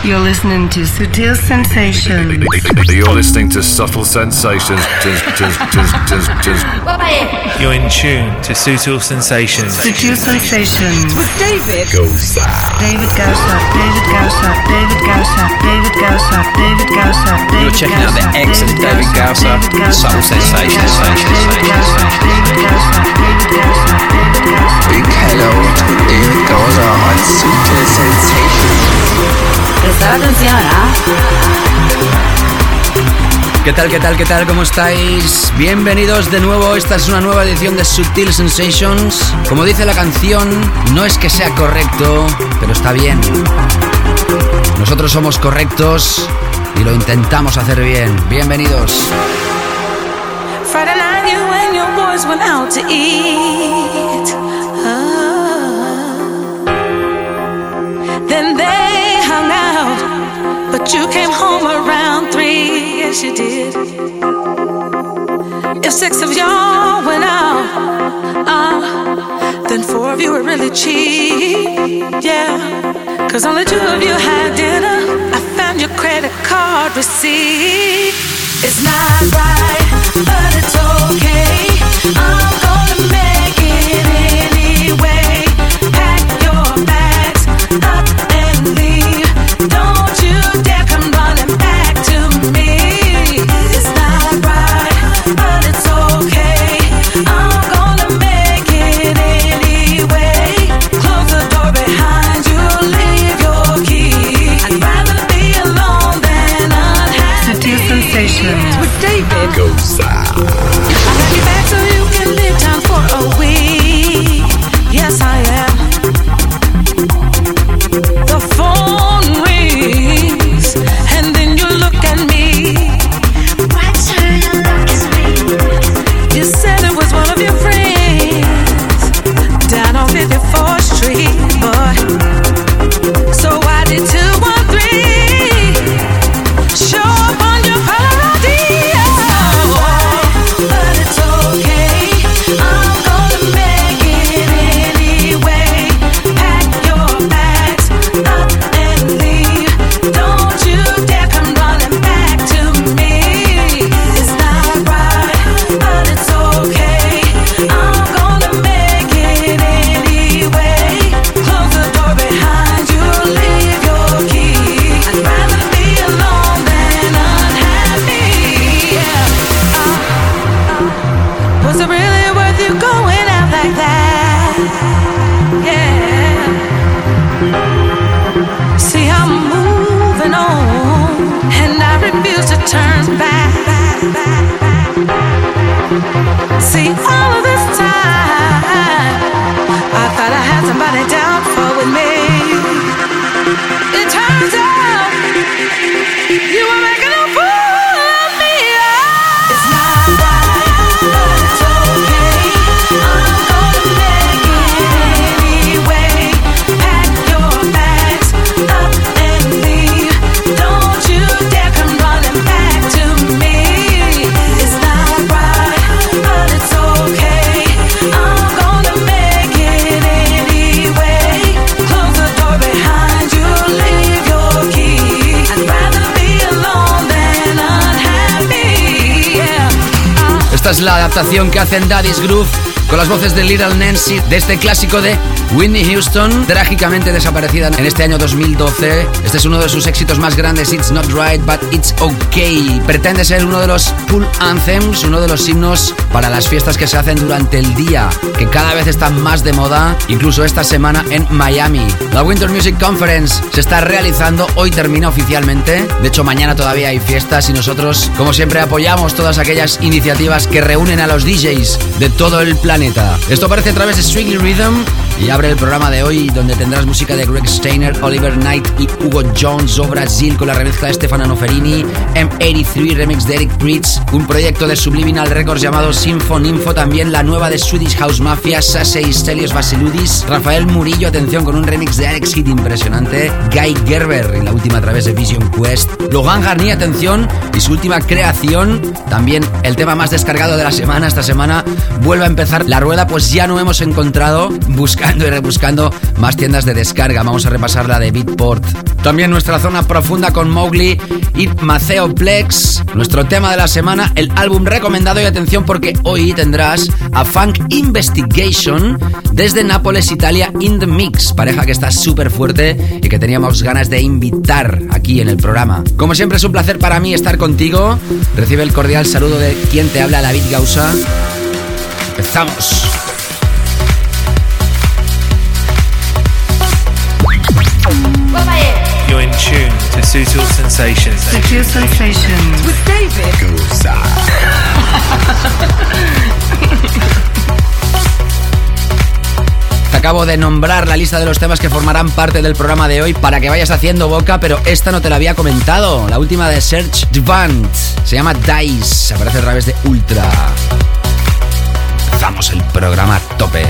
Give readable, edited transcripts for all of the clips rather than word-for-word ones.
You're listening to Subtle Sensations. You're listening to Subtle Sensations. You're in tune to Subtle Sensations. Subtle Sensations. With David Gausa. David Gausa. David Gausa. David Gausa. David Gausa. David Gausa. You're checking out the excellent David Gausa. Subtle Sensations. Big hello to David Gausa on Subtle Sensations. Prestar atención, ¿Qué tal? ¿Cómo estáis? Bienvenidos de nuevo, esta es una nueva edición de Subtle Sensations. Como dice la canción, no es que sea correcto, pero está bien. Nosotros somos correctos y lo intentamos hacer bien. Bienvenidos. Friday night you and your boys went out to eat. Then they hung out, but you came home around 3. Yes, you did. If 6 of y'all went out, then 4 of you were really cheap. Yeah, 'cause only 2 of you had dinner. I found your credit card receipt. It's not right, but it's okay. I'm gonna make it anyway. Pack your bags up and leave. Don't you dare come running back to me. It's not right, but it's okay. I'm gonna make it anyway. Close the door behind you, leave your key. I'd rather be alone than unhappy. Subtle Sensations. with David Gausa. I'll have you back so you can leave town for a week. Yes, I am. The phone rings, and then you look at me. Why turn you look at me? You said it was one of your friends down on 54th Street, boy. So why did 213 show up on your caller ID? But it's okay. I'm gonna make it anyway. Pack your bags up and leave. Don't you dare come running back to me. It's not right, but it's okay. I'm gonna make it anyway. Close the door behind you, leave your key. I'd rather be alone than unhappy. Yeah. Was it really worth you going out like that? Yeah. See, I'm moving on, and I refuse to turn back. See, all of this time, I thought I had somebody down for with me. It turns out you were making a fool of me. It's not right, but it's okay. I'm gonna make it anyway. Pack your bags up and leave. Don't you dare come running back to me. It's not right, but it's okay. I'm gonna make it anyway. Close the door behind you, leave your key. I'd rather be alone than unhappy. Yeah. Esta es la adaptación que hacen Daddy's Groove con las voces de Little Nancy de este clásico de Whitney Houston, trágicamente desaparecida en este año 2012. Este es uno de sus éxitos más grandes, It's Not Right, But It's Okay. Pretende ser uno de los pool anthems, uno de los himnos para las fiestas que se hacen durante el día, que cada vez están más de moda, incluso esta semana en Miami. La Winter Music Conference se está realizando, hoy termina oficialmente. De hecho, mañana todavía hay fiestas y nosotros, como siempre, apoyamos todas aquellas iniciativas que reúnen a los DJs de todo el planeta. Esto aparece a través de Strictly Rhythm y abre el programa de hoy, donde tendrás música de Greg Steiner, Oliver Knight y Hugo Jones o Brasil, con la remezcla de Stefano Noferini, M83 remix de Eric Prydz, un proyecto de Subliminal Records llamado Sinfoninfo, también la nueva de Swedish House Mafia, Sase y Stelios Vasiludis, Rafael Murillo, atención, con un remix de Alex Hit impresionante, Guy Gerber, y la última a través de Vision Quest, Logan Garnier, atención, y su última creación, también el tema más descargado de la semana. Esta semana vuelve a empezar la rueda, pues ya no hemos encontrado buscar buscando y rebuscando más tiendas de descarga. Vamos a repasar la de Beatport. También nuestra zona profunda con Mowgli y Maceo Plex. Nuestro tema de la semana, el álbum recomendado. Y atención porque hoy tendrás a Funk Investigation desde Nápoles, Italia, in the mix. Pareja que está súper fuerte y que teníamos ganas de invitar aquí en el programa. Como siempre es un placer para mí estar contigo. Recibe el cordial saludo de quien te habla, David Gausa. Empezamos. You're in tune to Sutil Sensations. Sutil Sensations. With David Gausa. Te acabo de nombrar la lista de los temas que formarán parte del programa de hoy para que vayas haciendo boca, pero esta no te la había comentado. La última de Serge Devant se llama Dice, aparece a través de Ultra. Empezamos el programa a tope.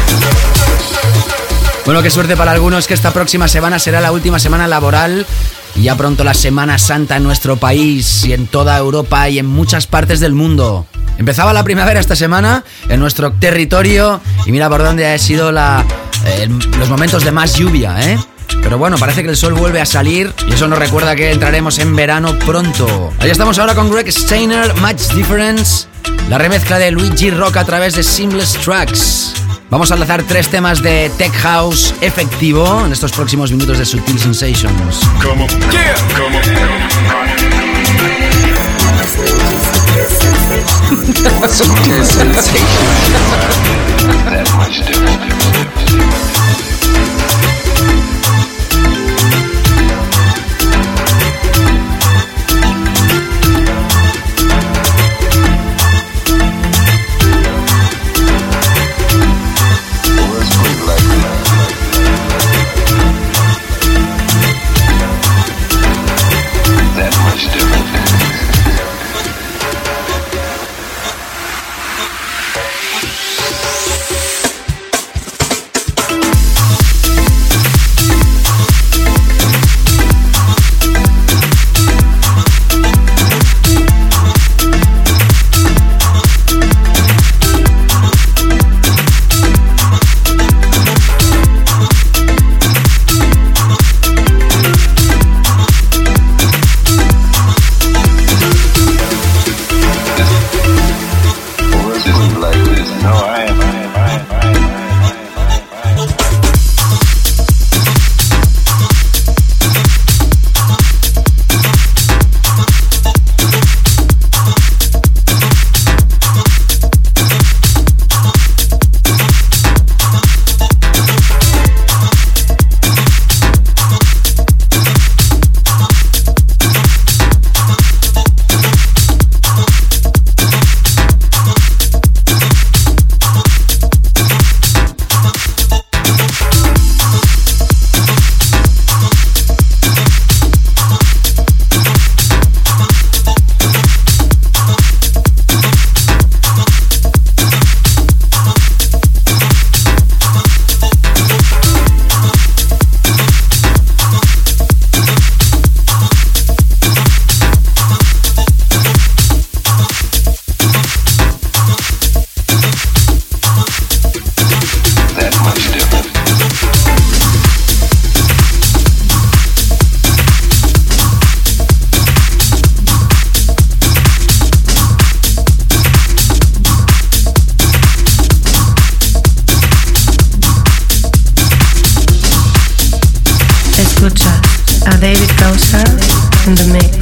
Bueno, qué suerte para algunos que esta próxima semana será la última semana laboral Y ya pronto la Semana Santa en nuestro país y en toda Europa y en muchas partes del mundo. Empezaba la primavera esta semana en nuestro territorio y mira por dónde ha sido los momentos de más lluvia, ¿eh? Pero bueno, parece que el sol vuelve a salir y eso nos recuerda que entraremos en verano pronto. Ahí estamos ahora con Greg Steiner, Much Difference, la remezcla de Luigi Rock a través de Seamless Tracks. Vamos a lanzar 3 temas de Tech House efectivo en estos próximos minutos de Sutil Sensations. Come on. Yeah. Come on. Sutil Sensations. That much different. Escucha a David Gausa in the mix.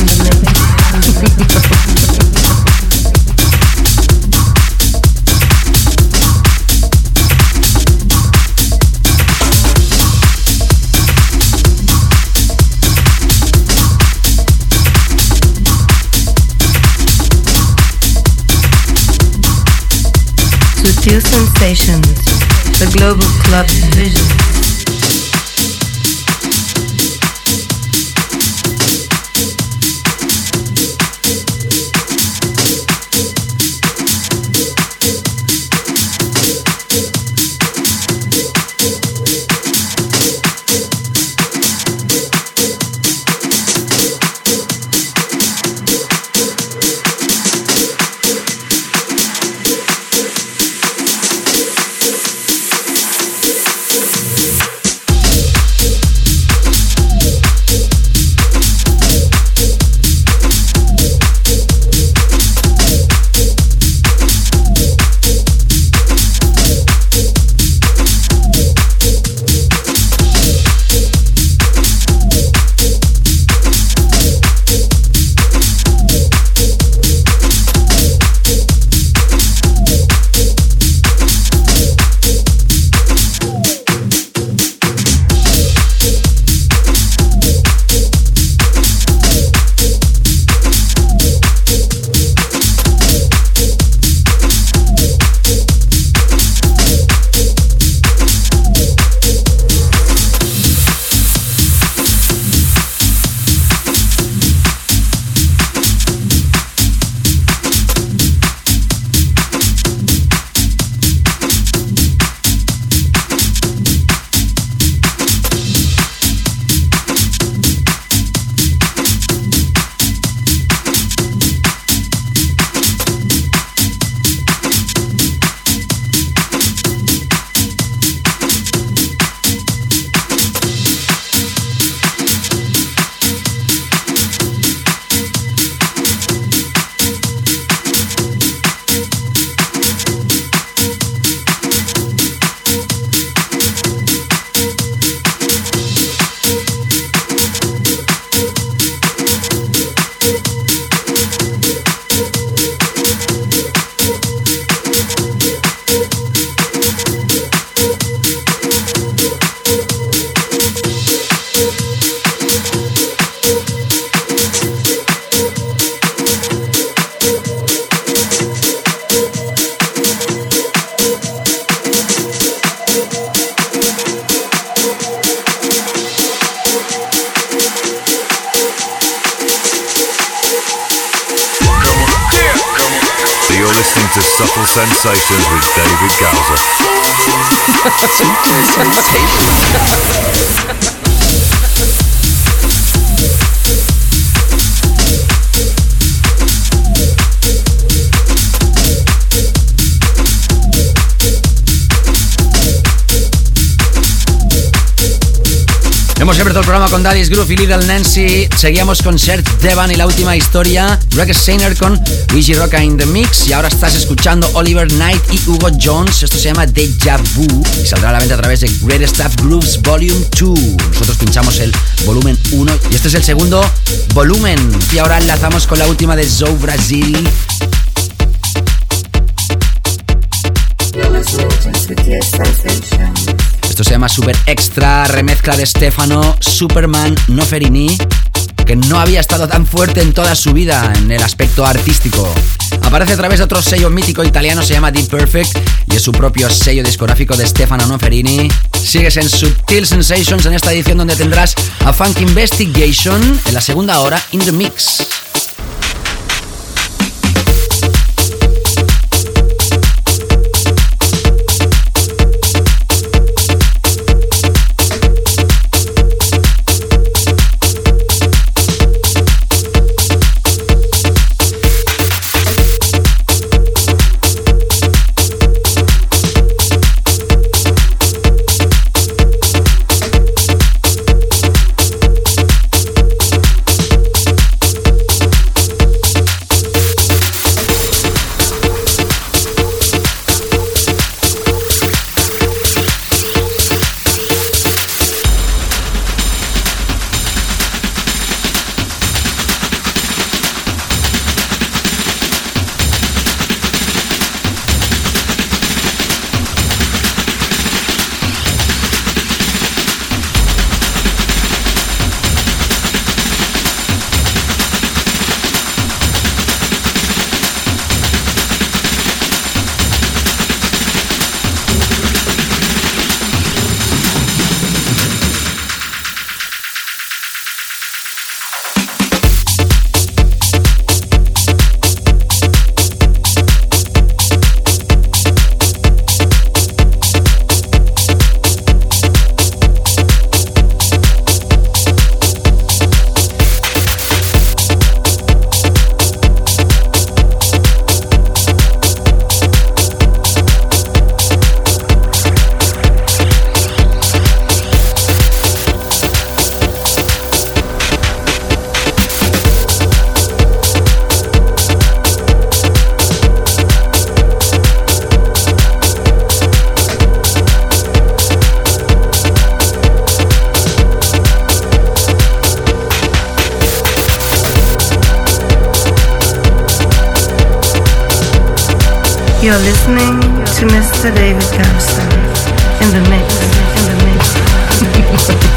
Sutil Sensations, the global club vision. You're listening to Subtle Sensations with David Gowser. Subtle Sensations. Hemos abierto el programa con Daddy's Groove y Little Nancy. Seguíamos con Serge Devan y la última historia, Greg Steiner con Luigi Rocca in the Mix. Y ahora estás escuchando Oliver Knight y Hugo Jones. Esto se llama Deja Vu y saldrá a la venta a través de Greatest Stuff Grooves Volume 2. Nosotros pinchamos el volumen 1 y este es el segundo volumen. Y ahora enlazamos con la última de Zou Brasil. Esto se llama Super Extra, remezcla de Stefano Superman Noferini, que no había estado tan fuerte en toda su vida en el aspecto artístico. Aparece a través de otro sello mítico italiano, se llama Deep Perfect, y es su propio sello discográfico de Stefano Noferini. Sigues en Subtle Sensations en esta edición donde tendrás a Funk Investigation en la segunda hora in the mix. You're listening to Mr. David Gowser in the mix, in the mix.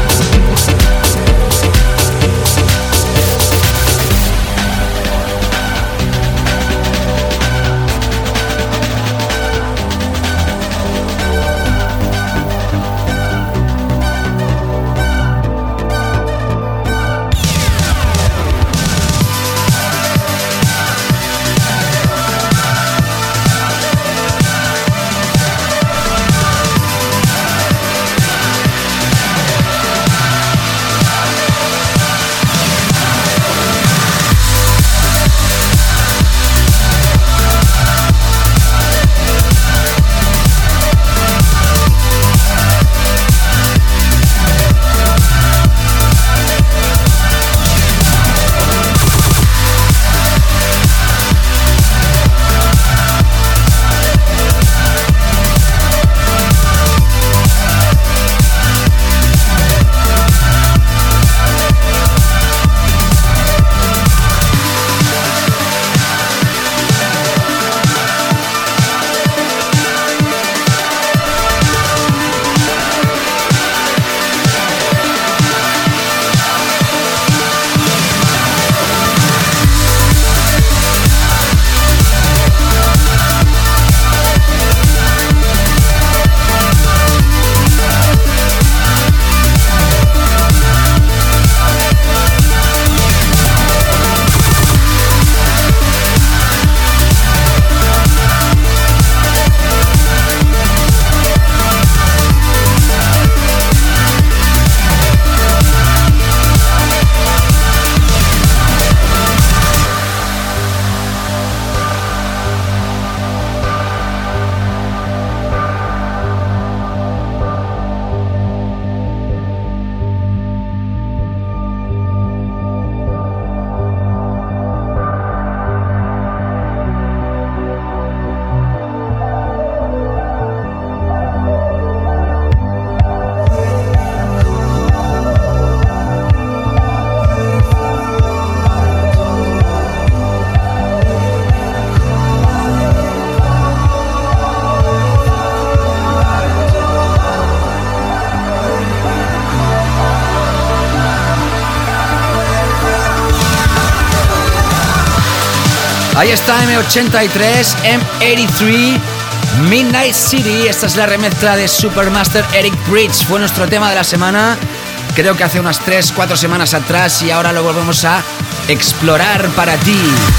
Ahí está M83, M83, Midnight City. Esta es la remezcla de Supermaster Eric Prydz. Fue nuestro tema de la semana, creo que hace unas 3-4 semanas atrás, y ahora lo volvemos a explorar para ti.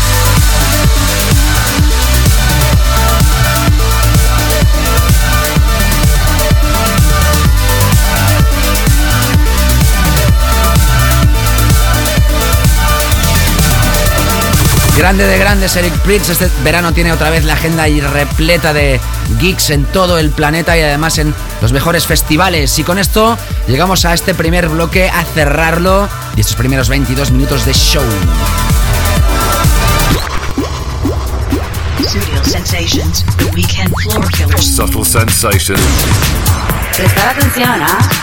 Grande de grandes Eric Prydz. Este verano tiene otra vez la agenda repleta de gigs en todo el planeta y además en los mejores festivales. Y con esto llegamos a este primer bloque, a cerrarlo, y estos primeros 22 minutos de show. Studio Sensations, The Weekend Floor Killers. Subtle Sensations. Prestar atención,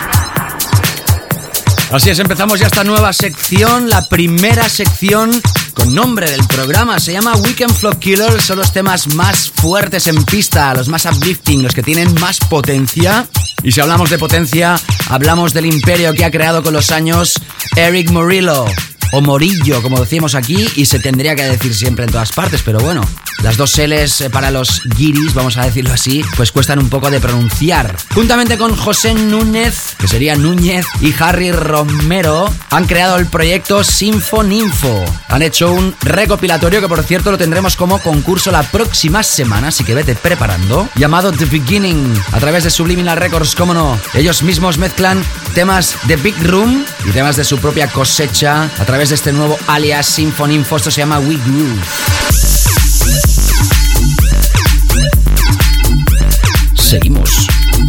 Así es, empezamos ya esta nueva sección, la primera sección con nombre del programa. Se llama Weekend Floor Killers. Son los temas más fuertes en pista, los más uplifting, los que tienen más potencia. Y si hablamos de potencia, hablamos del imperio que ha creado con los años Erick Morillo, o Morillo, como decimos aquí, y se tendría que decir siempre en todas partes, pero bueno, las dos L's para los guiris, vamos a decirlo así, pues cuestan un poco de pronunciar. Juntamente con José Núñez, que sería Núñez, y Harry Romero, han creado el proyecto Sinfoninfo. Han hecho un recopilatorio que, por cierto, lo tendremos como concurso la próxima semana, así que vete preparando, llamado The Beginning, a través de Subliminal Records, cómo no. Ellos mismos mezclan temas de Big Room y temas de su propia cosecha a través de este nuevo alias Sinfoninfo. Esto se llama We Groove. Seguimos.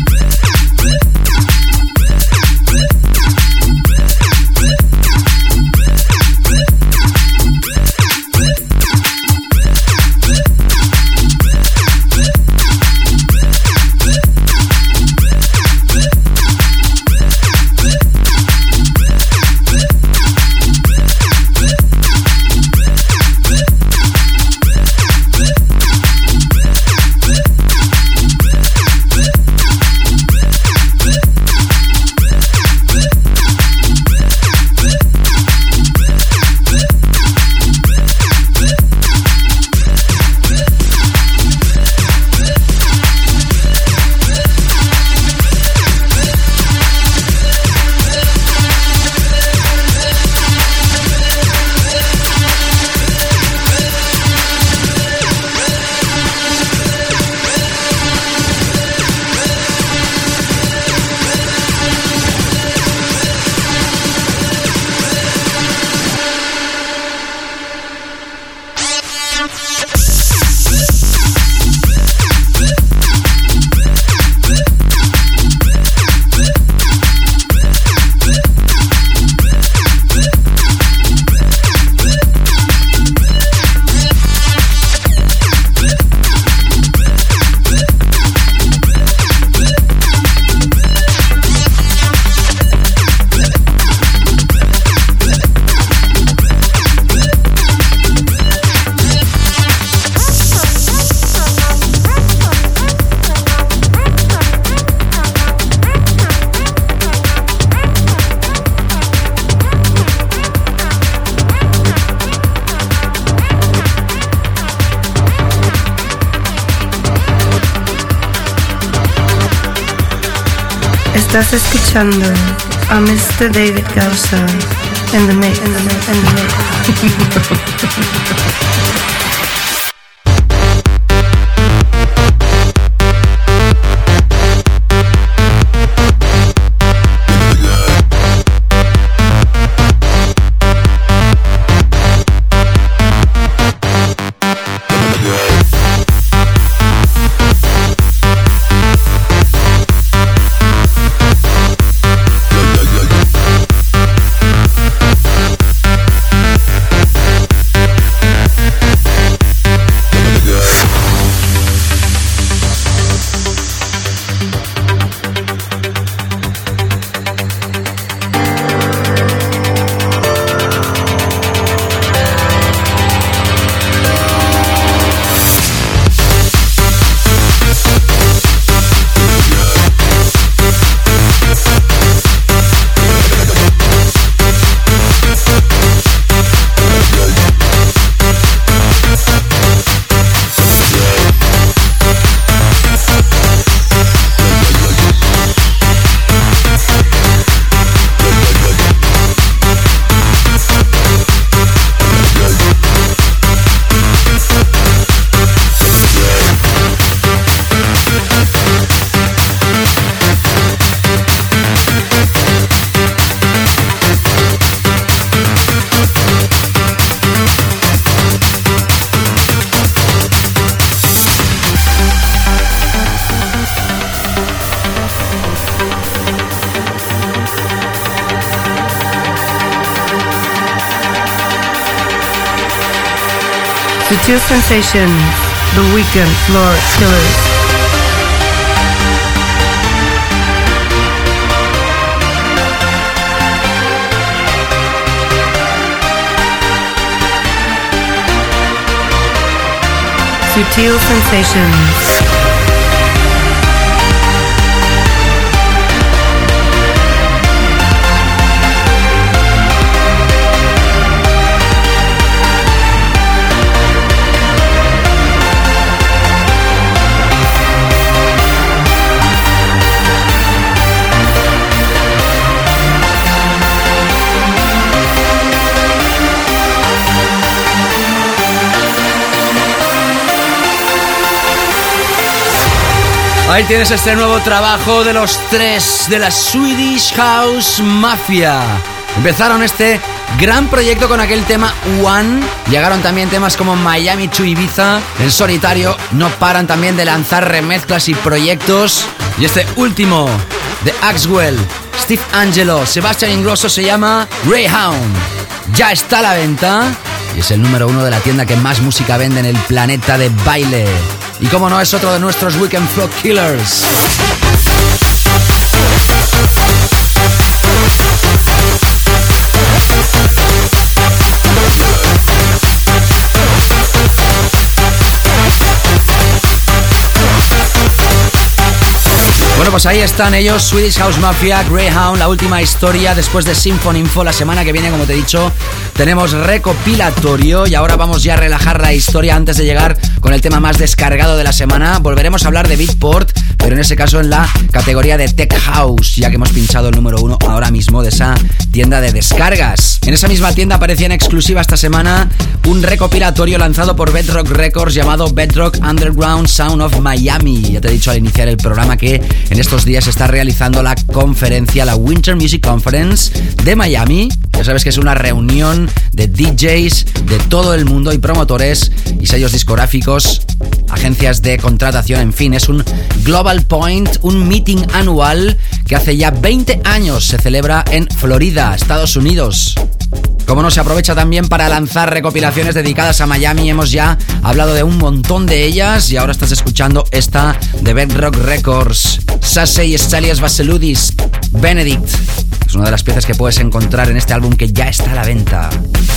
Estás escuchando a Mr. David Gausa in the mix. Sutil Sensations, The Weekend Floor Killers. Sutil Sensations. Ahí tienes este nuevo trabajo de los tres de la Swedish House Mafia. Empezaron este gran proyecto con aquel tema One. Llegaron también temas como Miami to Ibiza. En solitario no paran también de lanzar remezclas y proyectos. Y este último de Axwell, Steve Angelo, Sebastian Ingrosso se llama Greyhound. Ya está a la venta y es el número 1 de la tienda que más música vende en el planeta de baile. Y como no, es otro de nuestros Weekend Floor Killers. Bueno, pues ahí están ellos, Swedish House Mafia, Greyhound, la última historia después de Symphony Info. La semana que viene, como te he dicho, tenemos recopilatorio y ahora vamos ya a relajar la historia antes de llegar con el tema más descargado de la semana. Volveremos a hablar de Beatport, pero en ese caso en la categoría de Tech House, ya que hemos pinchado el número 1 ahora mismo de esa tienda de descargas. En esa misma tienda aparecía en exclusiva esta semana un recopilatorio lanzado por Bedrock Records llamado Bedrock Underground Sound of Miami. Ya te he dicho al iniciar el programa que en estos días se está realizando la conferencia, la Winter Music Conference de Miami. Ya sabes que es una reunión de DJs de todo el mundo y promotores y sellos discográficos, agencias de contratación, en fin, es un Global Point, un meeting anual que hace ya 20 años se celebra en Florida, Estados Unidos. Como no, se aprovecha también para lanzar recopilaciones dedicadas a Miami. Hemos ya hablado de un montón de ellas y ahora estás escuchando esta de Bedrock Records. Sase y Stelios Vasiludis, Benedict. Es una de las piezas que puedes encontrar en este álbum que ya está a la venta.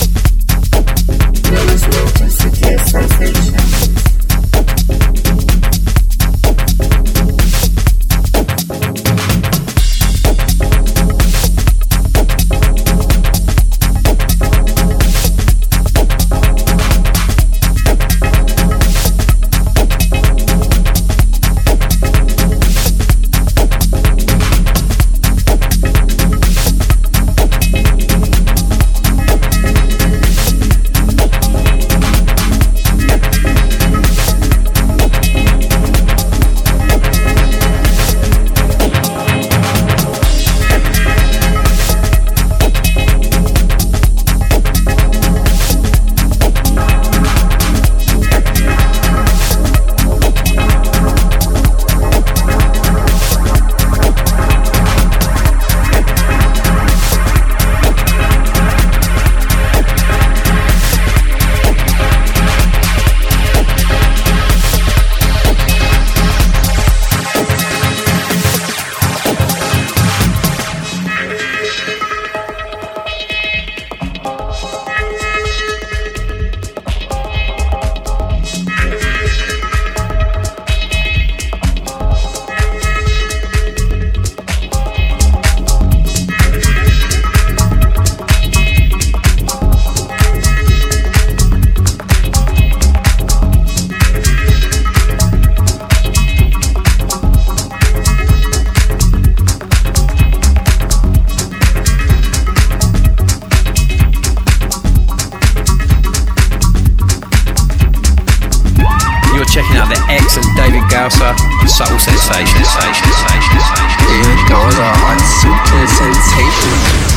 Subtle Sensations. David Gausa on Sutil Sensations.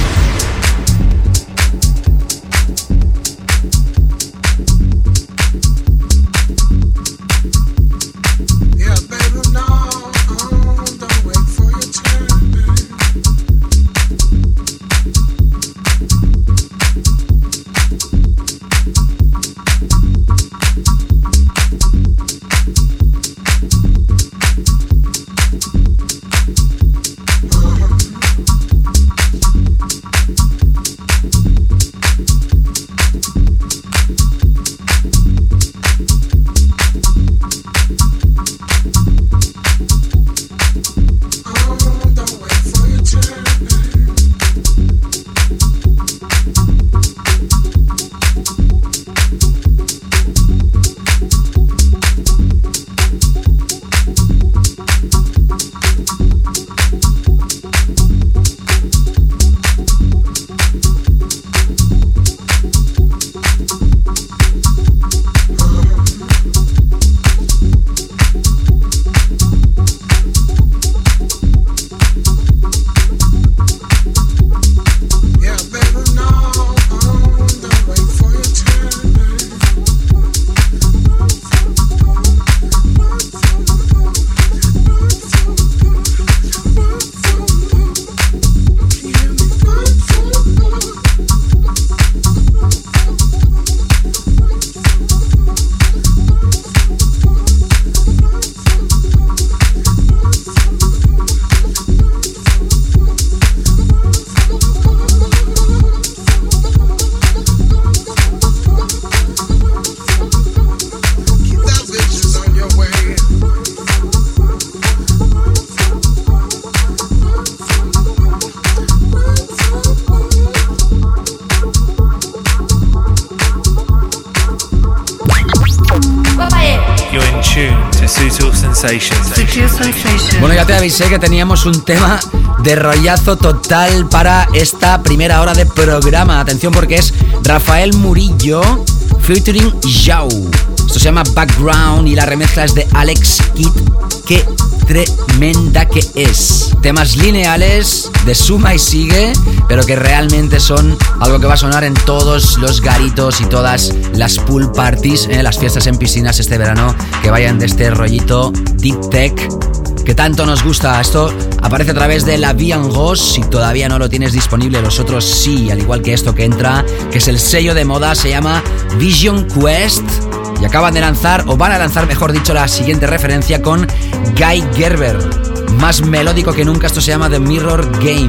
to Sutil Sensations. Sutil Sensations. Bueno, ya te avisé que teníamos un tema de rollazo total para esta primera hora de programa. Atención porque es Rafael Murillo featuring Yao. Esto se llama Background y la remezcla es de Alex Kidd. ¡Qué tremenda que es! Temas lineales de suma y sigue, pero que realmente son algo que va a sonar en todos los garitos y todas las pool parties, las fiestas en piscinas este verano, que vayan de este rollito deep tech que tanto nos gusta. Esto aparece a través de La Vie en Rose. Si todavía no lo tienes disponible, los otros sí, al igual que esto que entra, que es el sello de moda, se llama Vision Quest. Y acaban de lanzar, o van a lanzar, mejor dicho, la siguiente referencia con Guy Gerber. Más melódico que nunca, esto se llama The Mirror Game.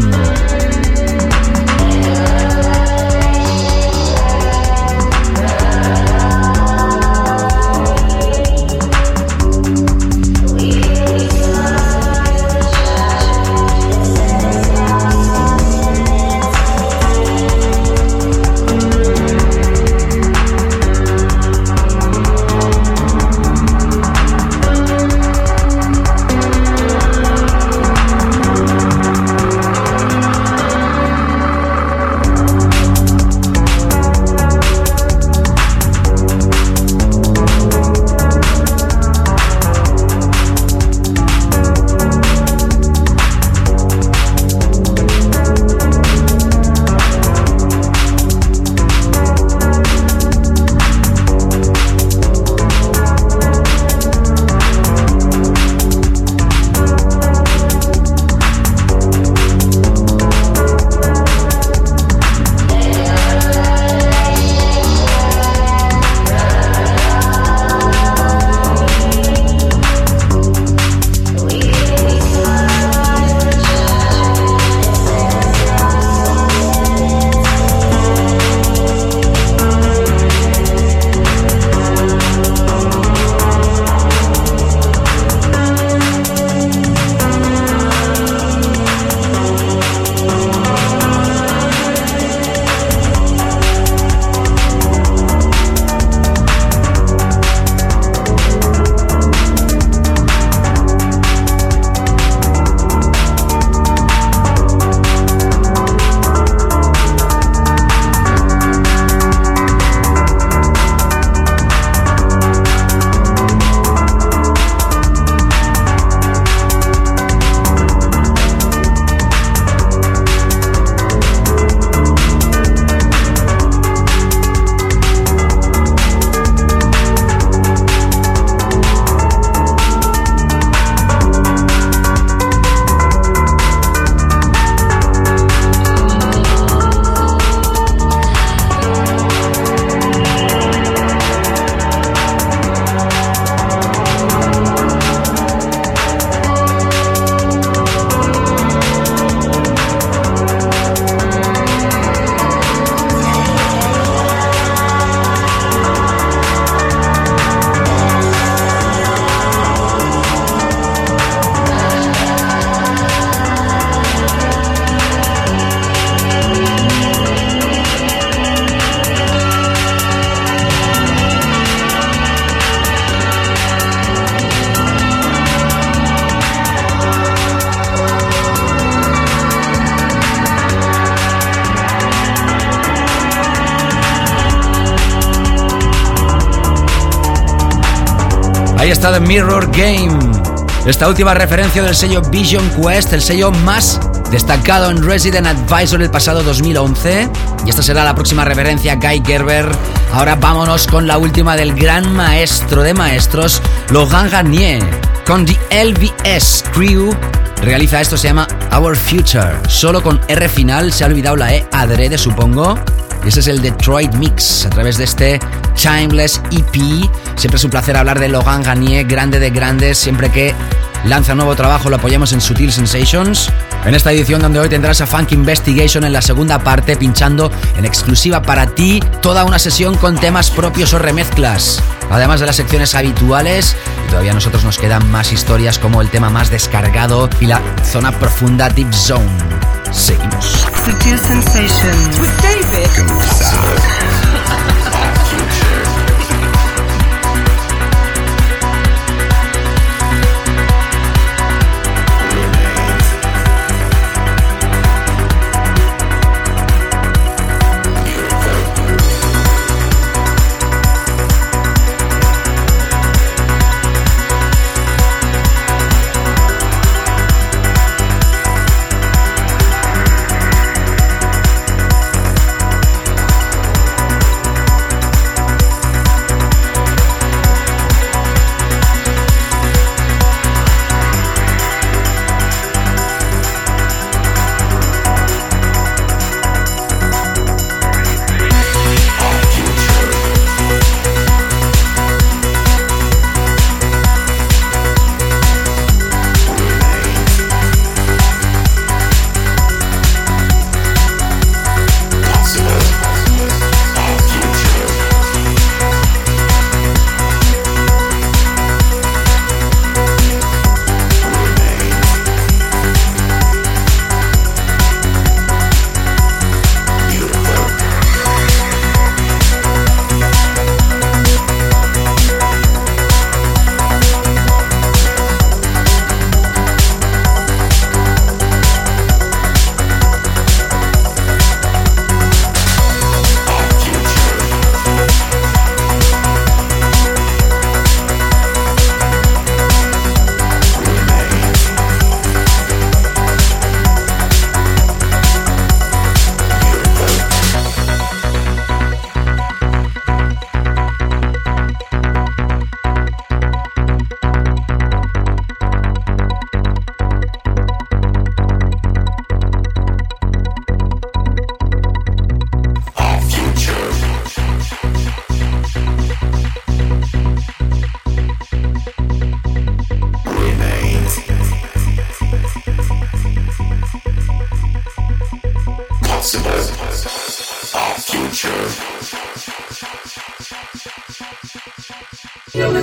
Ahí está The Mirror Game. Esta última referencia del sello Vision Quest, el sello más destacado en Resident Advisor el pasado 2011. Y esta será la próxima referencia, Guy Gerber. Ahora vámonos con la última del gran maestro de maestros, Laurent Garnier, con The LVS Crew. Realiza esto, se llama Our Future. Solo con R final, se ha olvidado la E adrede, supongo. Y ese es el Detroit Mix, a través de este Timeless EP. Siempre es un placer hablar de Laurent Garnier, grande de grandes. Siempre que lanza un nuevo trabajo lo apoyamos en Sutil Sensations. En esta edición donde hoy tendrás a Funk Investigation en la segunda parte, pinchando en exclusiva para ti toda una sesión con temas propios o remezclas. Además de las secciones habituales, y todavía a nosotros nos quedan más historias como el tema más descargado y la zona profunda Deep Zone. Seguimos. Sutil Sensations with David Gausa.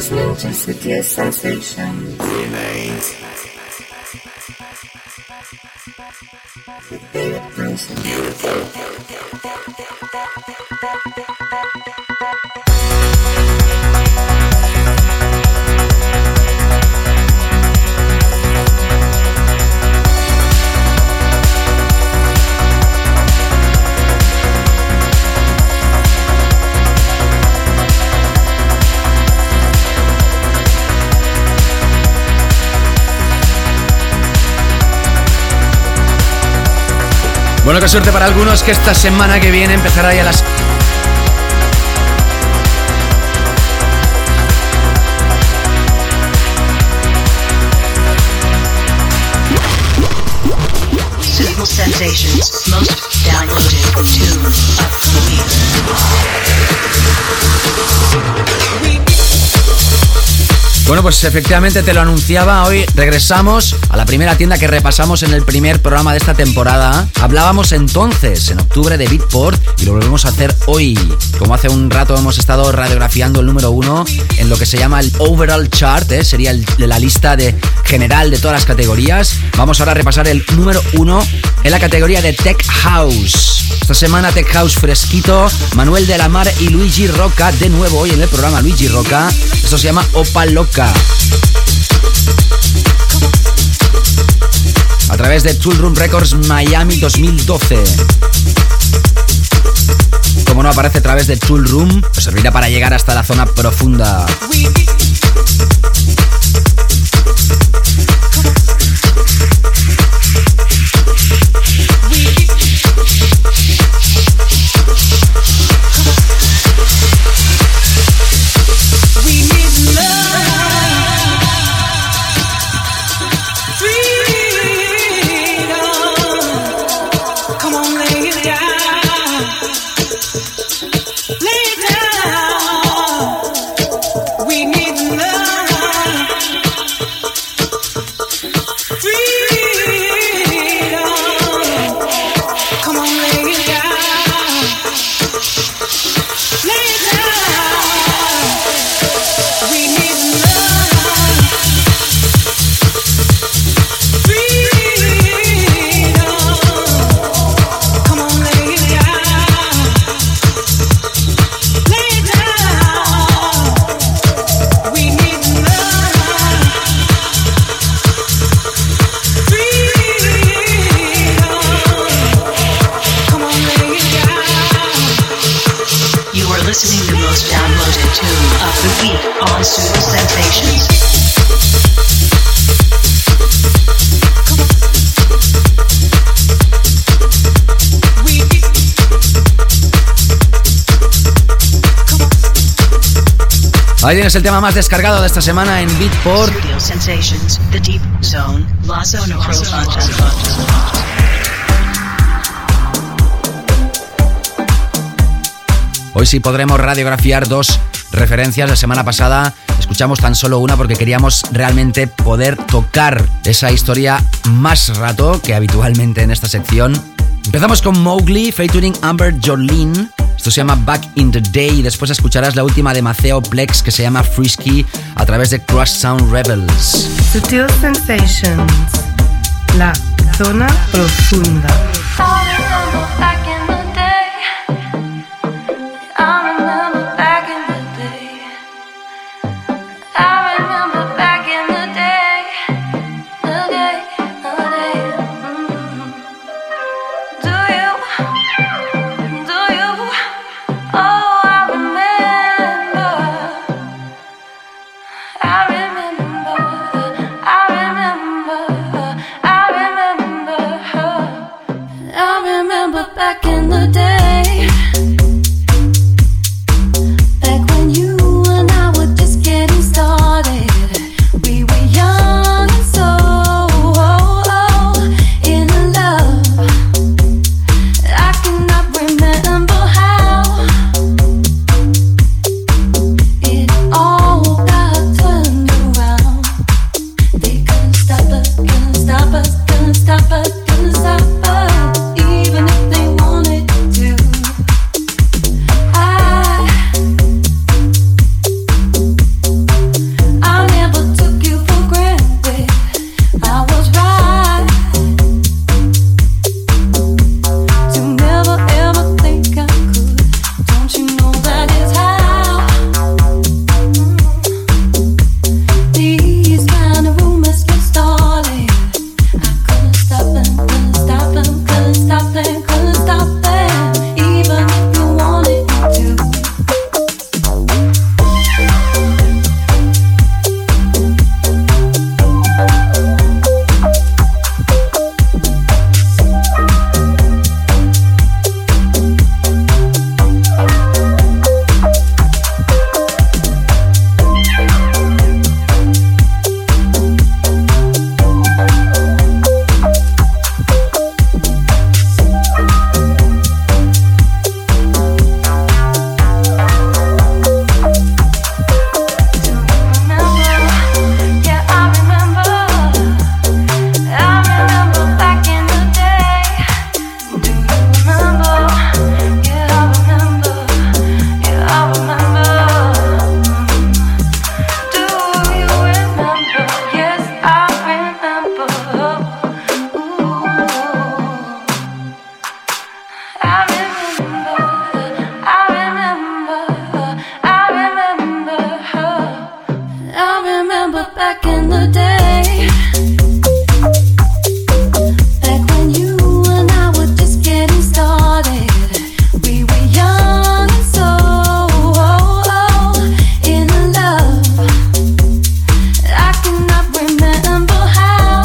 listening to Sutil Sensations. With David Gausa. Bueno, qué suerte para algunos que esta semana que viene empezará ya las... Suitable Sensations, most downloaded tune of the week. Bueno, pues efectivamente te lo anunciaba, hoy regresamos a la primera tienda que repasamos en el primer programa de esta temporada. Hablábamos entonces, en octubre, de Beatport y lo volvemos a hacer hoy. Como hace un rato hemos estado radiografiando el número 1 en lo que se llama el Overall Chart, sería la lista general de todas las categorías. Vamos ahora a repasar el número 1 en la categoría de Tech House. Esta semana Tech House fresquito, Manuel de la Mar y Luigi Rocca, de nuevo hoy en el programa Luigi Rocca. Esto se llama Opa Loca. A través de Tool Room Records Miami 2012. Como no aparece a través de Tool Room, pues servirá para llegar hasta la zona profunda. Ahí tienes el tema más descargado de esta semana en Beatport. Hoy sí podremos radiografiar dos referencias. La semana pasada escuchamos tan solo una porque queríamos realmente poder tocar esa historia más rato que habitualmente en esta sección. Empezamos con Mowgli featuring Amber Jolene. Esto se llama Back in the Day y después escucharás la última de Maceo Plex que se llama Frisky a través de Crush Sound Rebels. Sutil Sensations, la zona profunda. I back in the day. Back when you and I were just getting started. We were young and so in love. I cannot remember how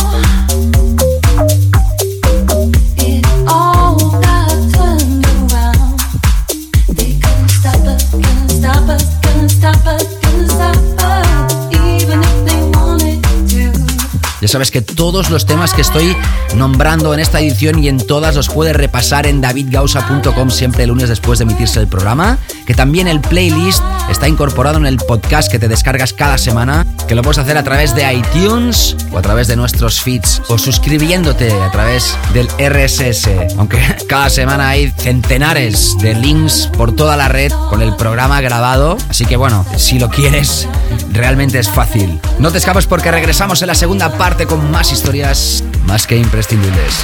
it all got turned around. They couldn't stop us, couldn't stop us, couldn't stop us, couldn't stop us, even if they wanted to. Ya sabes que todos los temas que estoy nombrando en esta edición y en todas los puedes repasar en davidgausa.com siempre el lunes después de emitirse el programa, que también el playlist está incorporado en el podcast que te descargas cada semana, que lo puedes hacer a través de iTunes o a través de nuestros feeds o suscribiéndote a través del RSS, aunque cada semana hay centenares de links por toda la red con el programa grabado, así que bueno, si lo quieres, realmente es fácil. No te escapes porque regresamos en la segunda parte con más historias más que imprescindibles.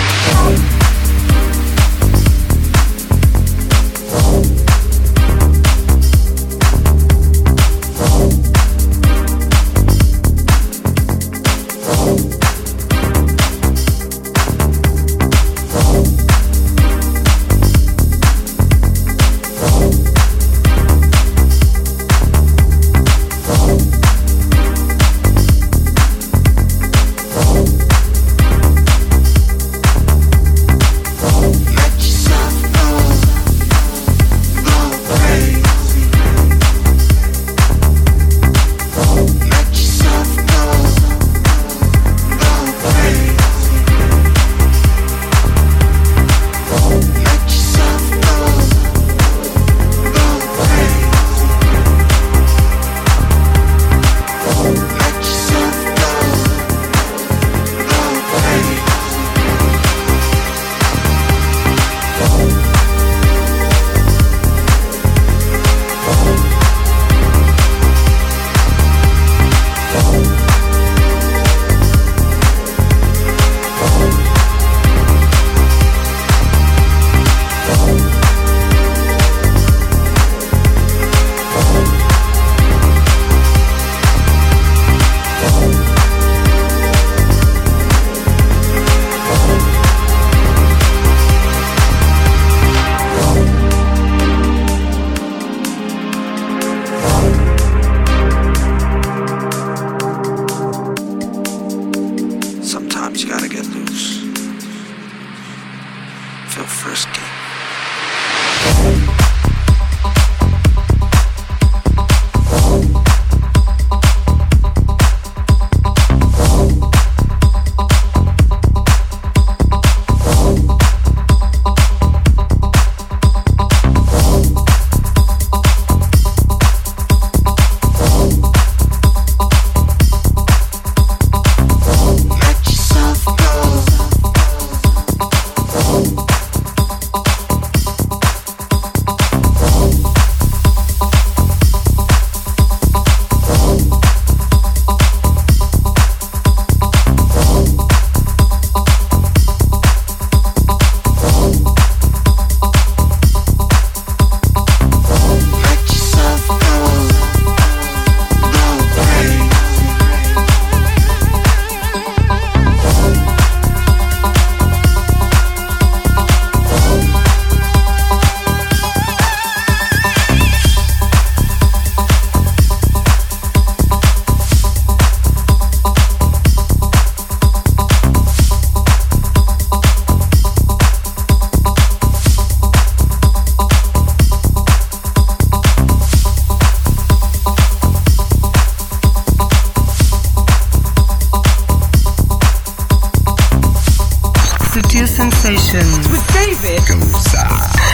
Sensations with David Gausa.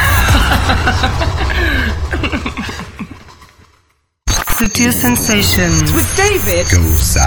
Sutil Sensations with David Gausa.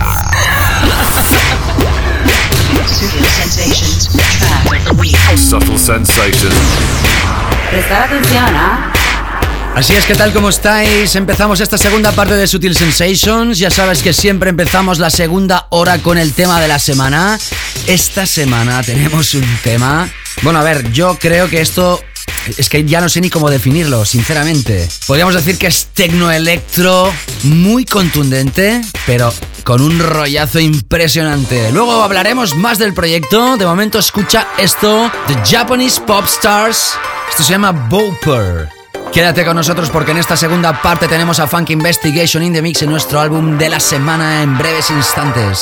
Sutil Sensations, track of the week. Subtle Sensations. Prestar atención, ¿ah? Así es, ¿qué tal? ¿Cómo estáis? Empezamos esta segunda parte de Sutil Sensations. Ya sabes que siempre empezamos la segunda hora con el tema de la semana. Esta semana tenemos un tema... Bueno, a ver, yo creo que esto Es que ya no sé ni cómo definirlo, sinceramente. Podríamos decir que es tecnoelectro muy contundente, pero con un rollazo impresionante. Luego hablaremos más del proyecto. De momento escucha esto, The Japanese Pop Stars. Esto se llama Boper. Quédate con nosotros porque en esta segunda parte tenemos a Funk Investigation in the Mix en nuestro álbum de la semana en breves instantes.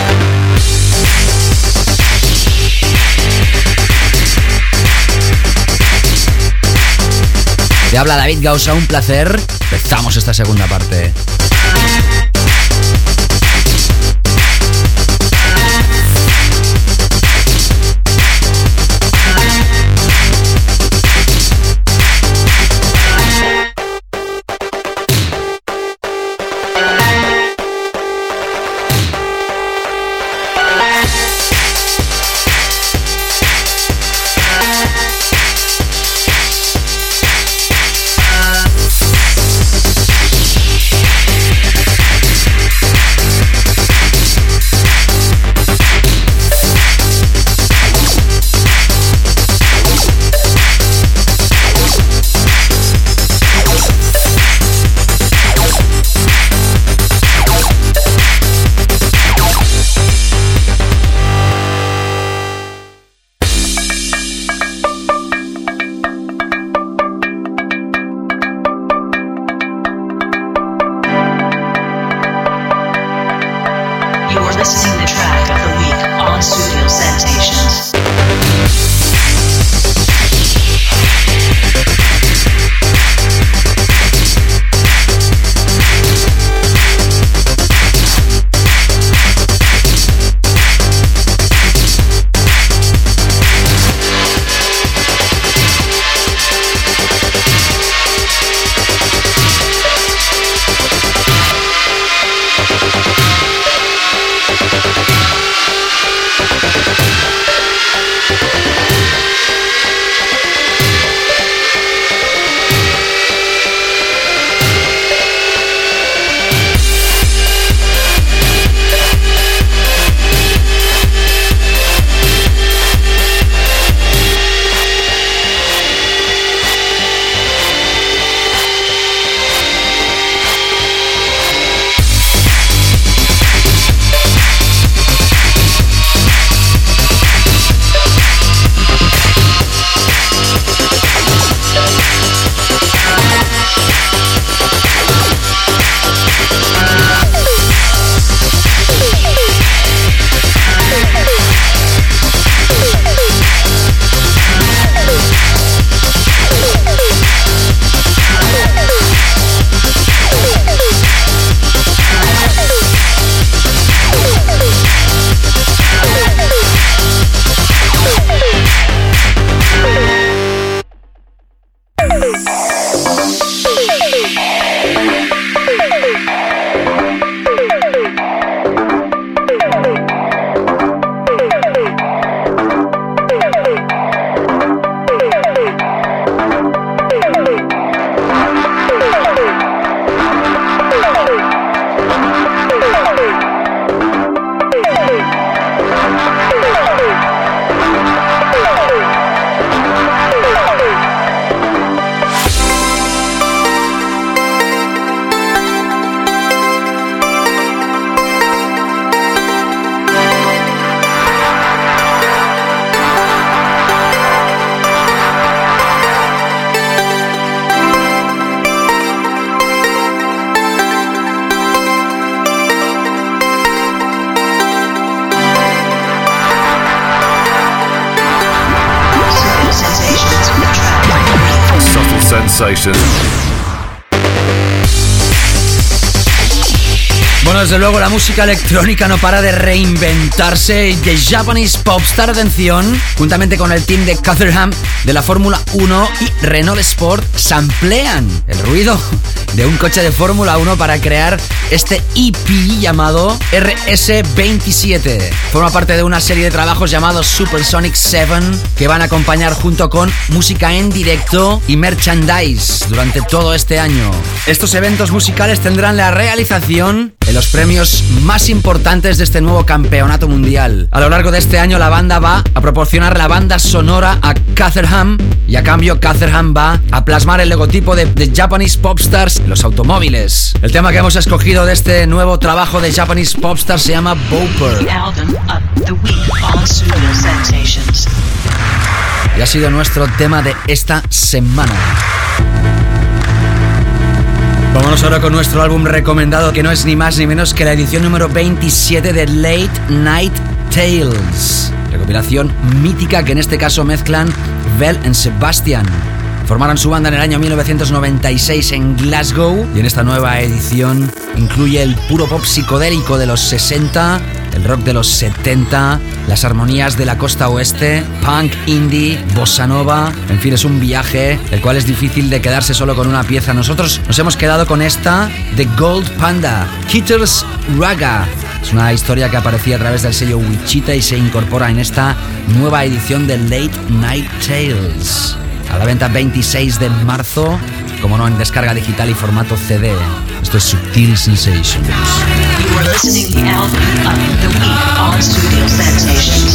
Te habla David Gausa, un placer. Empezamos esta segunda parte. Sensation. Bueno, desde luego la música electrónica no para de reinventarse y The Japanese Popstar, atención, juntamente con el team de Caterham de la Fórmula 1 y Renault Sport, samplean el ruido de un coche de Fórmula 1 para crear este EP llamado RS27. Forma parte de una serie de trabajos llamados Supersonic 7 que van a acompañar junto con música en directo y merchandise durante todo este año. Estos eventos musicales tendrán la realización en los premios más importantes de este nuevo campeonato mundial. A lo largo de este año la banda va a proporcionar la banda sonora a Caterham y a cambio Caterham va a plasmar el logotipo de Japanese Popstars en los automóviles. El tema que hemos escogido de este nuevo trabajo de Japanese Popstars se llama Boper. Y ha sido nuestro tema de esta semana. Vámonos ahora con nuestro álbum recomendado, que no es ni más ni menos que la edición número 27 de Late Night Tales. Recopilación mítica que en este caso mezclan Vel y Sebastian. Formaron su banda en el año 1996 en Glasgow y en esta nueva edición incluye el puro pop psicodélico de los 60, el rock de los 70, las armonías de la costa oeste, punk, indie, bossa nova. En fin, es un viaje el cual es difícil de quedarse solo con una pieza. Nosotros nos hemos quedado con esta de Gold Panda, Kitter's Raga. Es una historia que aparecía a través del sello Wichita y se incorpora en esta nueva edición de Late Night Tales. A la venta 26 de marzo, como no, en descarga digital y formato CD. Esto es Subtle Sensations. You are listening to the album of the week on Studio Sensations.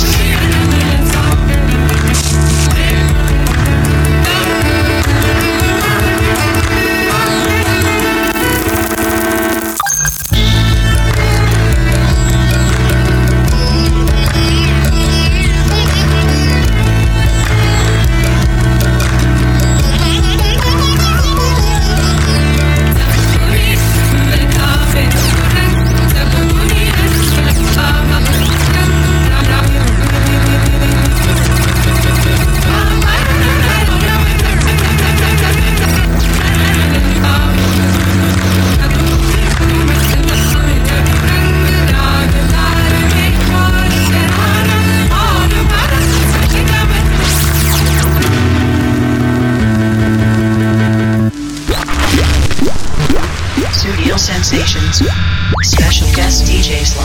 Special guest DJ slot.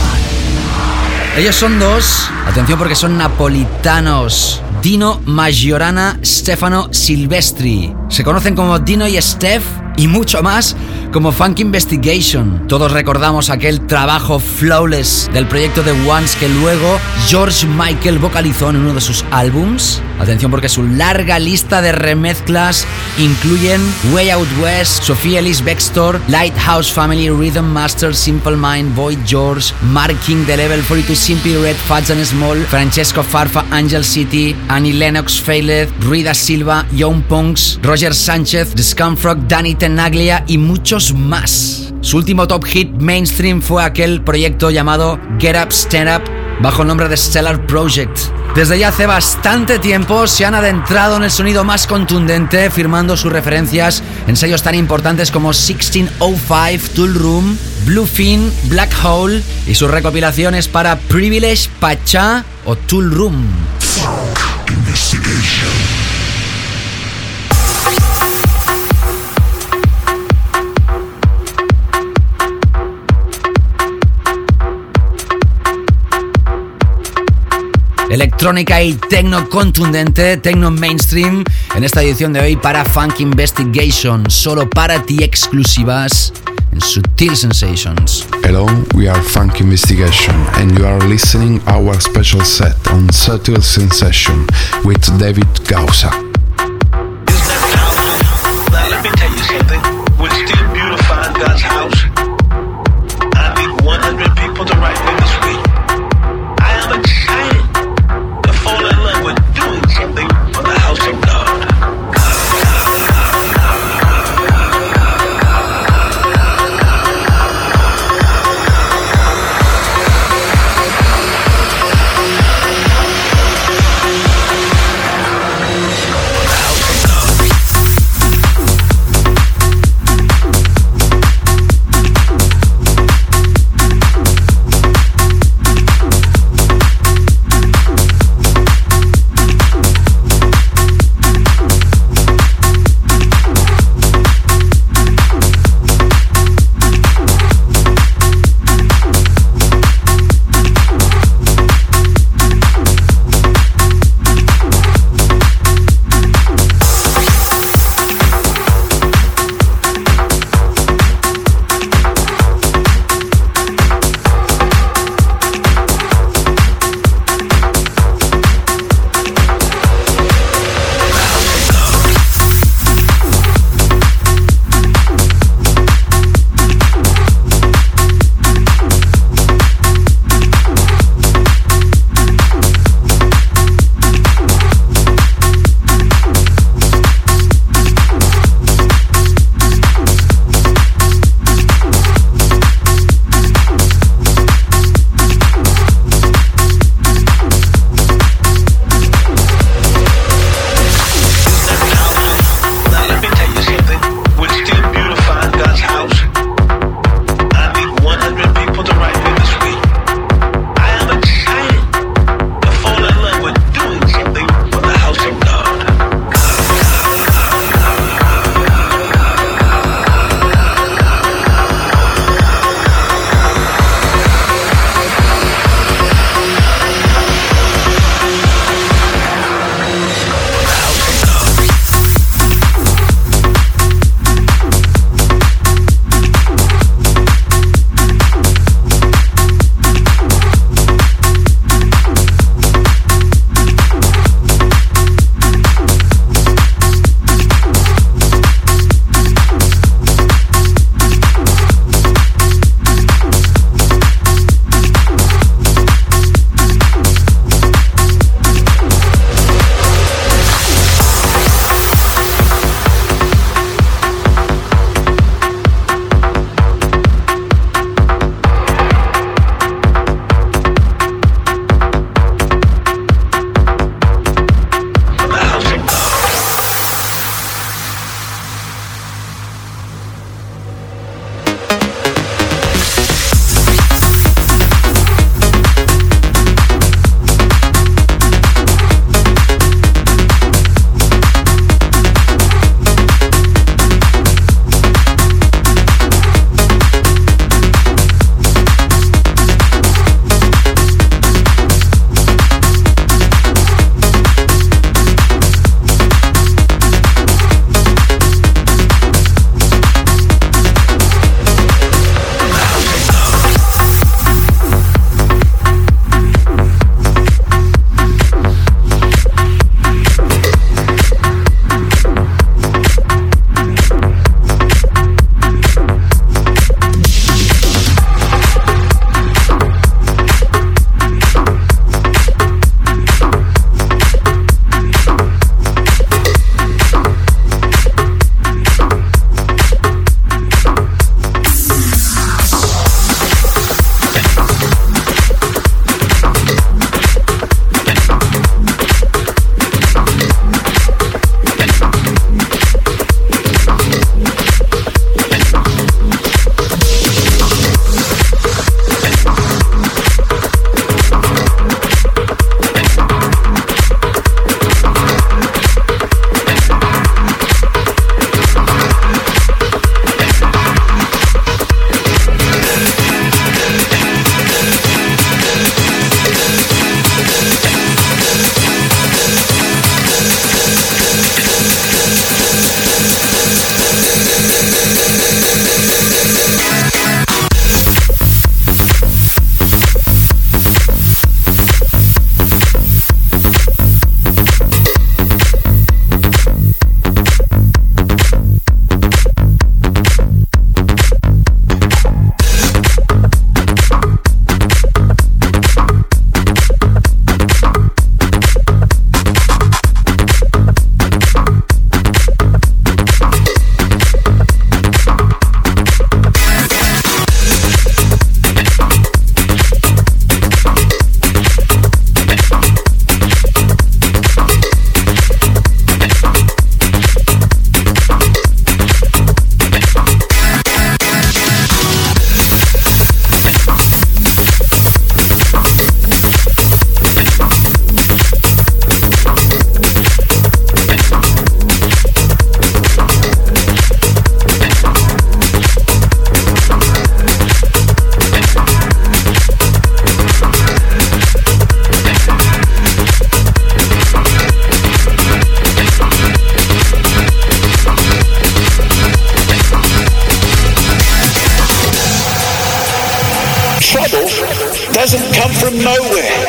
Ellos son dos, atención porque son napolitanos. Dino Majorana, Stefano Silvestri. Se conocen como Dino y Steph y mucho más como Funk Investigation. Todos recordamos aquel trabajo flawless del proyecto The Ones que luego George Michael vocalizó en uno de sus álbums. Atención porque su larga lista de remezclas incluyen Way Out West, Sophia Ellis Bextor, Lighthouse Family, Rhythm Master, Simple Mind, Boy George, Mark King de Level 42, Simply Red, Fats and Small, Francesco Farfa, Angel City, Annie Lennox, Failed, Rida Silva, Young Punks, Roger Sánchez, The Scumfrog, Danny Tenaglia y muchos más. Su último top hit mainstream fue aquel proyecto llamado Get Up, Stand Up, bajo el nombre de Stellar Project. Desde ya hace bastante tiempo se han adentrado en el sonido más contundente, firmando sus referencias en sellos tan importantes como 1605, Tool Room, Bluefin, Black Hole y sus recopilaciones para Privilege, Pacha o Tool Room. Electrónica y techno contundente, techno mainstream, en esta edición de hoy para Funk Investigation, solo para ti exclusivas en Subtle Sensations. Hello, we are Funk Investigation and you are listening our special set on Subtle Sensation with David Gausa. Let me tell you something. We're still beautifying God's house. I need 100 people to write me this week. I am excited to fall in love with doing something for the house of God.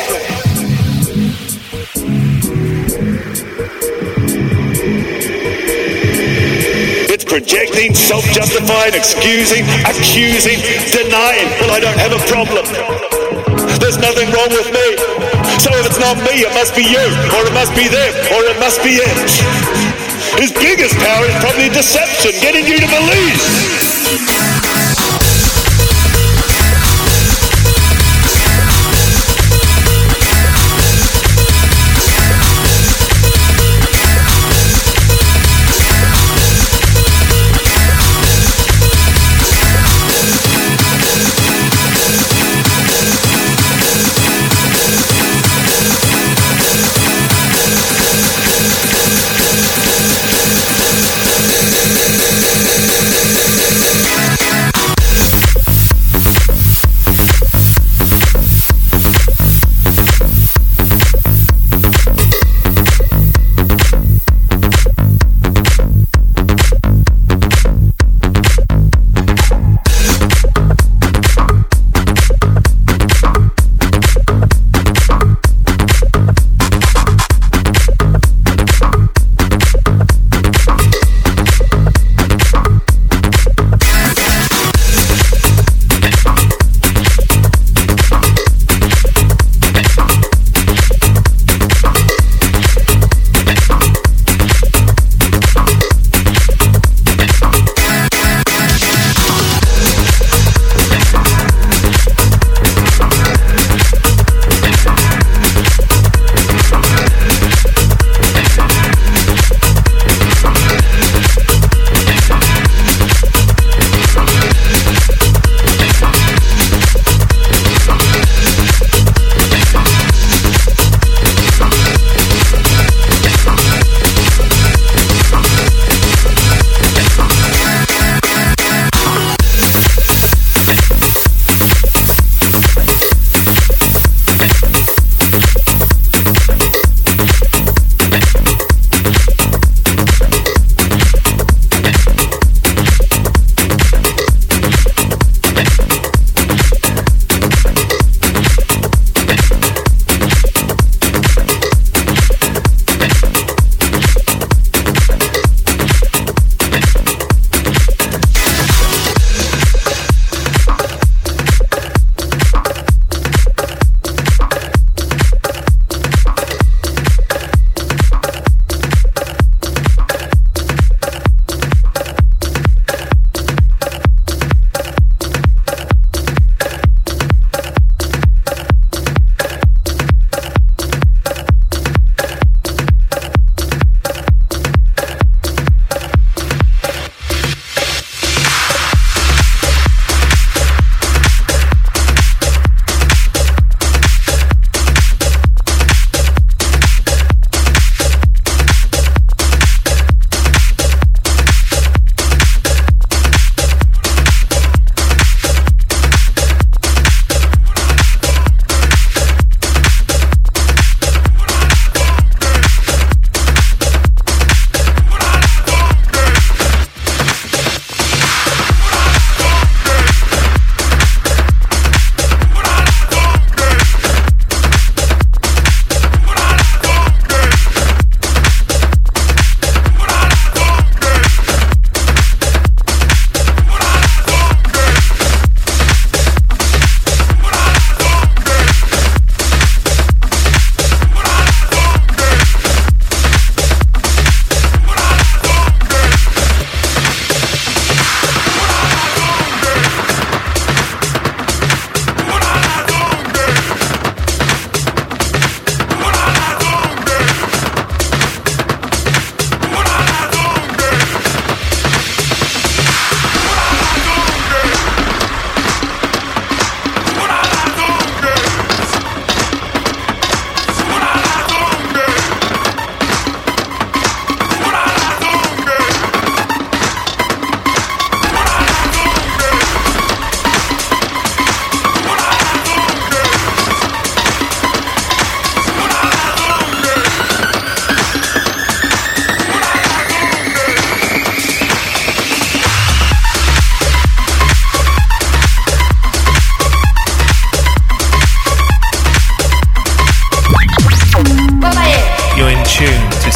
It's projecting, self-justifying, excusing, accusing, denying. Well, I don't have a problem. There's nothing wrong with me. So if it's not me, it must be you, or it must be them, or it must be it. His biggest power is probably deception, getting you to believe.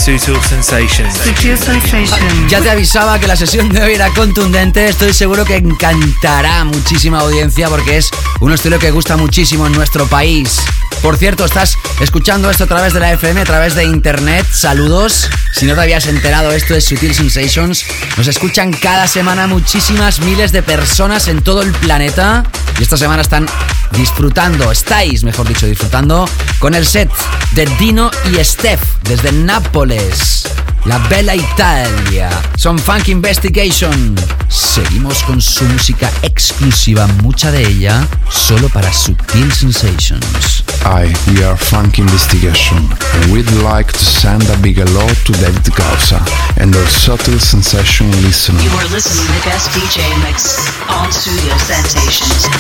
Sutil Sensations. Sutil Sensations. Ya te avisaba que la sesión de hoy era contundente. Estoy seguro que encantará a muchísima audiencia porque es un estilo que gusta muchísimo en nuestro país. Por cierto, estás escuchando esto a través de la FM, a través de internet. Saludos. Si no te habías enterado, esto es Sutil Sensations. Nos escuchan cada semana muchísimas miles de personas en todo el planeta. Y esta semana estáis, mejor dicho, disfrutando con el set de Dino y Steph desde Nápoles, la bella Italia. Son Funk Investigation. Seguimos con su música exclusiva, mucha de ella solo para Sutil Sensations. Hi, we are Funk Investigation, and we'd like to send a big hello to David Gausa and our Subtle Sensation listeners. You are listening to the guest DJ mix on Sutil Sensations.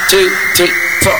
2, 3, 4.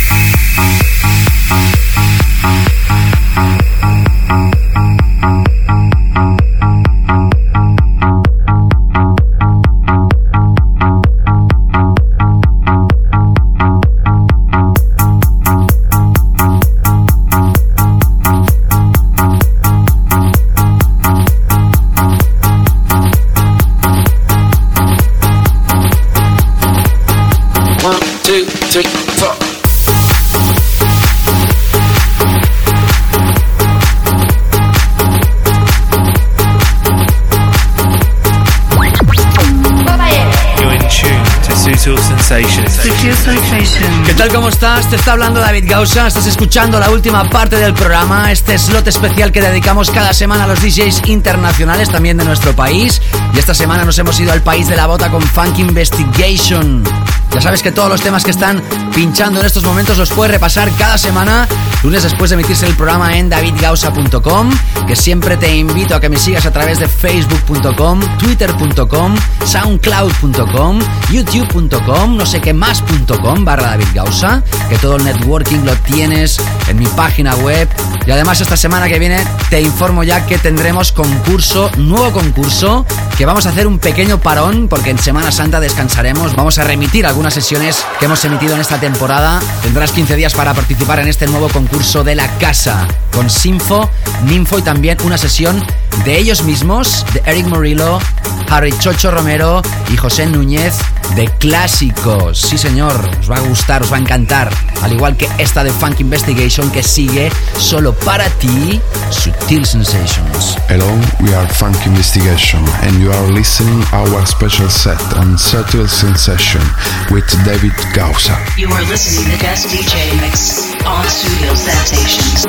¿Qué tal? ¿Cómo estás? Te está hablando David Gausa. Estás escuchando la última parte del programa, este slot especial que dedicamos cada semana a los DJs internacionales, también de nuestro país. Y esta semana nos hemos ido al país de la bota con Funk Investigation. Ya sabes que todos los temas que están pinchando en estos momentos los puedes repasar cada semana, lunes después de emitirse el programa en davidgausa.com, que siempre te invito a que me sigas a través de facebook.com, twitter.com, soundcloud.com, youtube.com, no sé qué más.com /davidgausa, que todo el networking lo tienes en mi página web. Y además esta semana que viene te informo ya que tendremos nuevo concurso, que vamos a hacer un pequeño parón porque en Semana Santa descansaremos, vamos a remitir algunas sesiones que hemos emitido en esta temporada. Tendrás 15 días para participar en este nuevo concurso de la casa, con Sinfo, Ninfo y también una sesión de ellos mismos, de Eric Morillo, Harry Chocho Romero y José Núñez, de clásicos. Sí señor, os va a gustar, os va a encantar, al igual que esta de Funk Investigation que sigue solo para ti, Subtle Sensations. Hello, we are Funk Investigation and you are listening our special set on Subtle Sensation with David Gausa. You are listening to the guest DJ mix on Studio Sensations.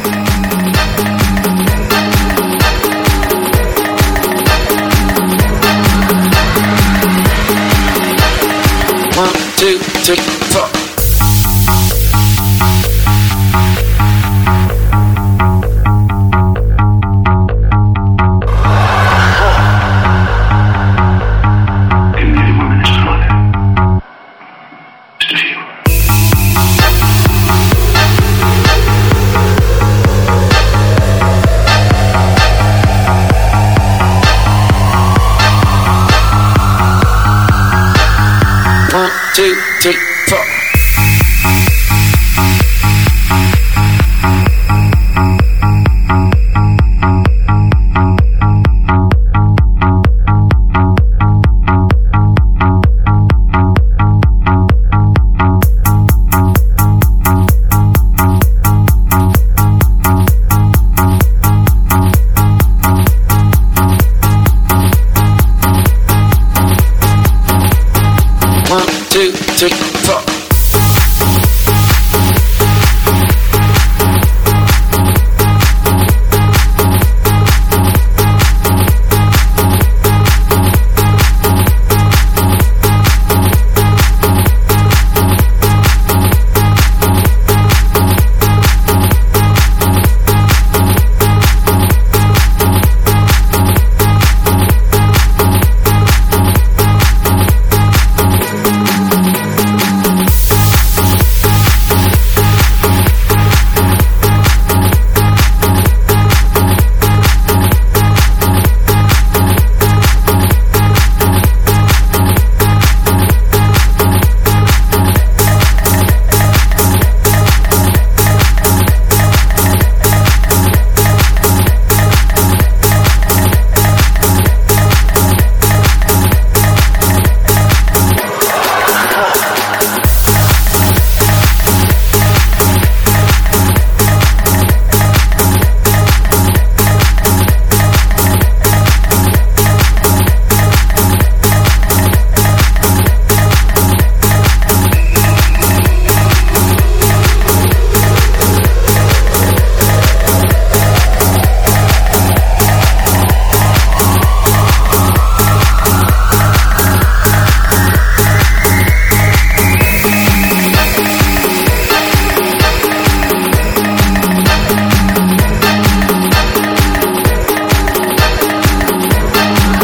1, 2, 3, 4. Two, three, four.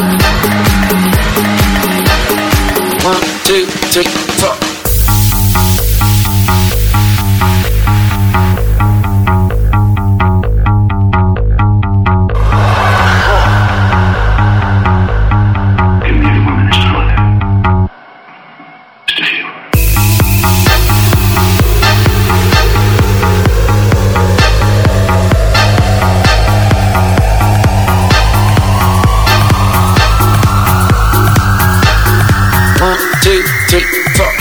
One, two, three, four. tick tock.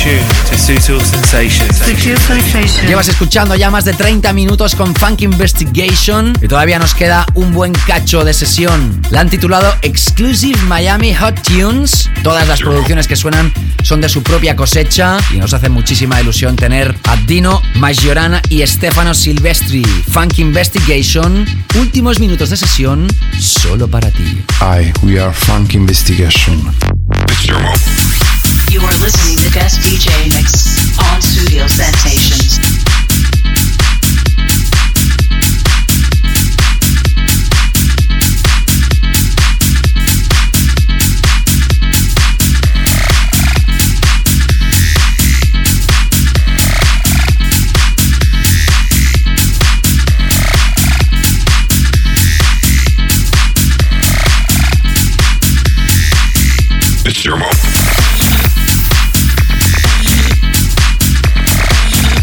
tuned to Sutil Sensations. Sutil Sensations. Llevas escuchando ya más de 30 minutos con Funk Investigation y todavía nos queda un buen cacho de sesión. La han titulado Exclusive Miami Hot Tunes. Todas las producciones que suenan son de su propia cosecha y nos hace muchísima ilusión tener a Dino Maggiorana y Stefano Silvestri. Funk Investigation, últimos minutos de sesión solo para ti. Hi, we are Funk Investigation. You are listening to Guest DJ Mix on Studio Sensations. It's your mom.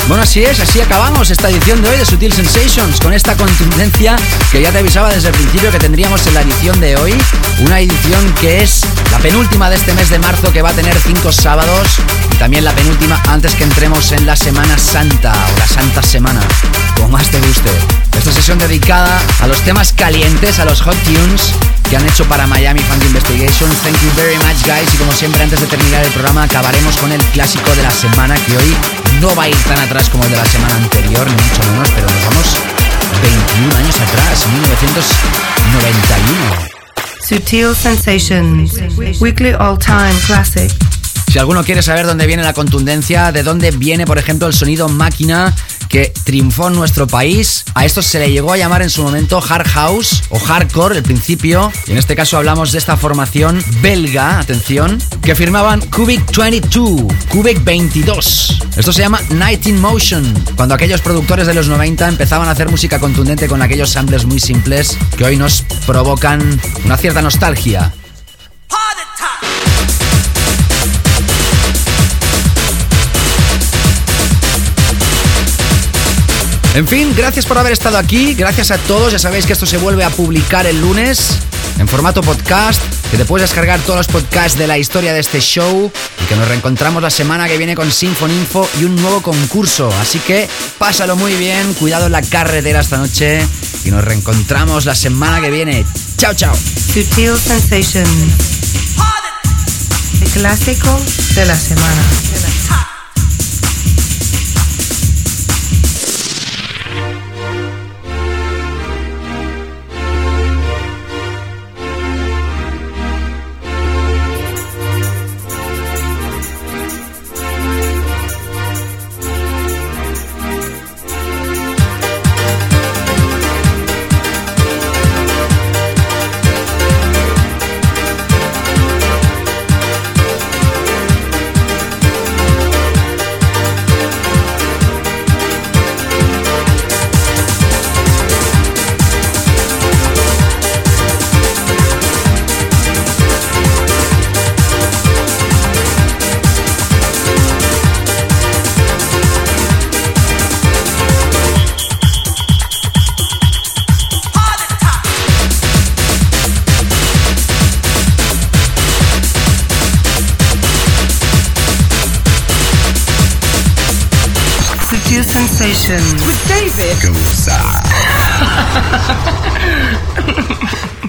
Bueno, así es, así acabamos esta edición de hoy de Sutil Sensations, con esta contundencia que ya te avisaba desde el principio que tendríamos en la edición de hoy. Una edición que es la penúltima de este mes de marzo, que va a tener 5 sábados, y también la penúltima antes que entremos en la Semana Santa, o la Santa Semana, como más te guste. Esta sesión dedicada a los temas calientes, a los hot tunes que han hecho para Miami Funk Investigation. Thank you very much, guys. Y como siempre, antes de terminar el programa, acabaremos con el clásico de la semana, que hoy no va a ir tan atrás como el de la semana anterior, ni mucho menos, pero nos vamos 21 años atrás, 1991. Sutil Sensations, weekly all-time classic. Si alguno quiere saber dónde viene la contundencia, de dónde viene, por ejemplo, el sonido máquina que triunfó en nuestro país, a esto se le llegó a llamar en su momento hard house o hardcore, el principio, y en este caso hablamos de esta formación belga, atención, que firmaban Cubic 22, Cubic 22. Esto se llama Night in Motion, cuando aquellos productores de los 90 empezaban a hacer música contundente con aquellos samples muy simples que hoy nos provocan una cierta nostalgia. En fin, gracias por haber estado aquí, gracias a todos. Ya sabéis que esto se vuelve a publicar el lunes en formato podcast, que te puedes descargar todos los podcasts de la historia de este show, y que nos reencontramos la semana que viene con Sinfoninfo y un nuevo concurso. Así que pásalo muy bien, cuidado en la carretera esta noche, y nos reencontramos la semana que viene. Chao, chao. Sutil Sensations, el clásico de la semana. Sensations with David Goza.